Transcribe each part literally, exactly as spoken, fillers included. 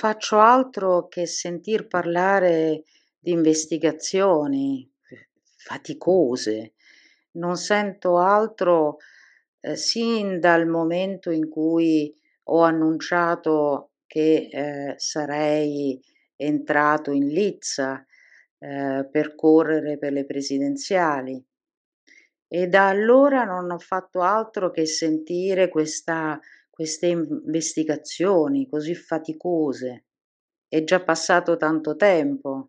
faccio altro che sentir parlare di investigazioni f faticose. Non sento altro, ehm, sin dal momento in cui ho annunciato che, ehm, sarei entrato in lizza, ehm, per correre per le presidenziali. E da allora non ho fatto altro che sentire questa queste investigazioni così faticose. È già passato tanto tempo,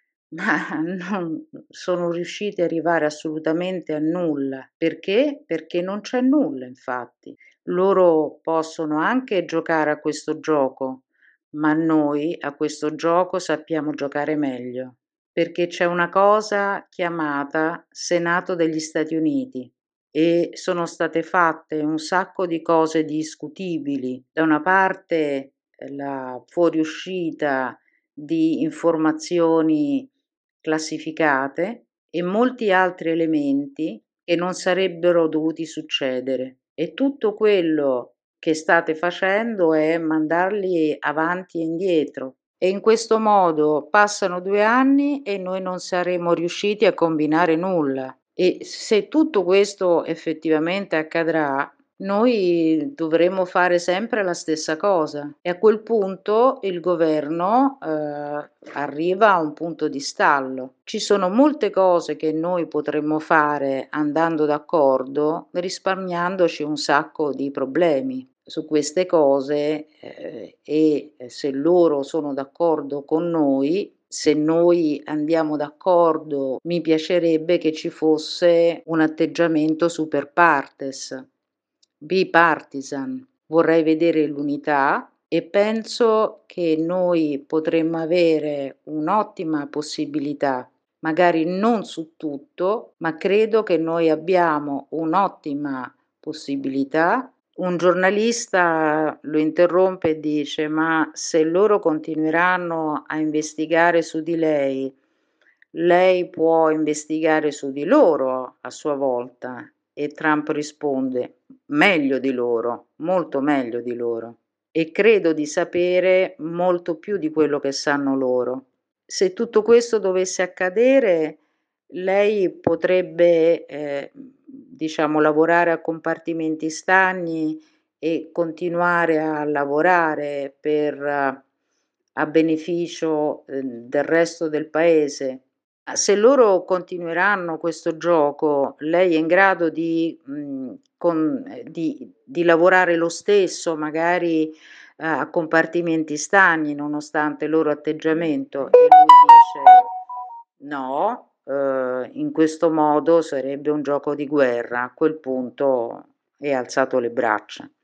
ma non sono riusciti a arrivare assolutamente a nulla. Perché? Perché non c'è nulla infatti. Loro possono anche giocare a questo gioco, ma noi a questo gioco sappiamo giocare meglio, perché c'è una cosa chiamata Senato degli Stati Uniti e sono state fatte un sacco di cose discutibili. Da una parte, ehm, la fuoriuscita di informazioni classificate e molti altri elementi che non sarebbero dovuti succedere. E tutto quello che state facendo è mandarli avanti e indietro. E in questo modo passano due anni e noi non saremo riusciti a combinare nulla. E se tutto questo effettivamente accadrà, noi dovremo fare sempre la stessa cosa e a quel punto il governo, ehm, arriva a un punto di stallo. Ci sono molte cose che noi potremmo fare andando d'accordo, risparmiandoci un sacco di problemi. Su queste cose, ehm, e se loro sono d'accordo con noi, se noi andiamo d'accordo, mi piacerebbe che ci fosse un atteggiamento super partes, bipartisan. Vorrei vedere l'unità e penso che noi potremmo avere un'ottima possibilità, magari non su tutto, ma credo che noi abbiamo un'ottima possibilità. Un giornalista lo interrompe e dice: "Ma se loro continueranno a investigare su di lei, lei può investigare su di loro a sua volta." E Trump risponde: "Meglio di loro, molto meglio di loro. E credo di sapere molto più di quello che sanno loro." Se tutto questo dovesse accadere, lei potrebbe, ehm, diciamo lavorare a compartimenti stagni e continuare a lavorare per a beneficio, ehm, del resto del paese. Ma se loro continueranno questo gioco, lei è in grado di mhmm, con ehm, di di lavorare lo stesso, magari a a compartimenti stagni, nonostante il loro atteggiamento? E lui dice: "No, uhm, in questo modo sarebbe un gioco di guerra." A quel punto e ha alzato le braccia.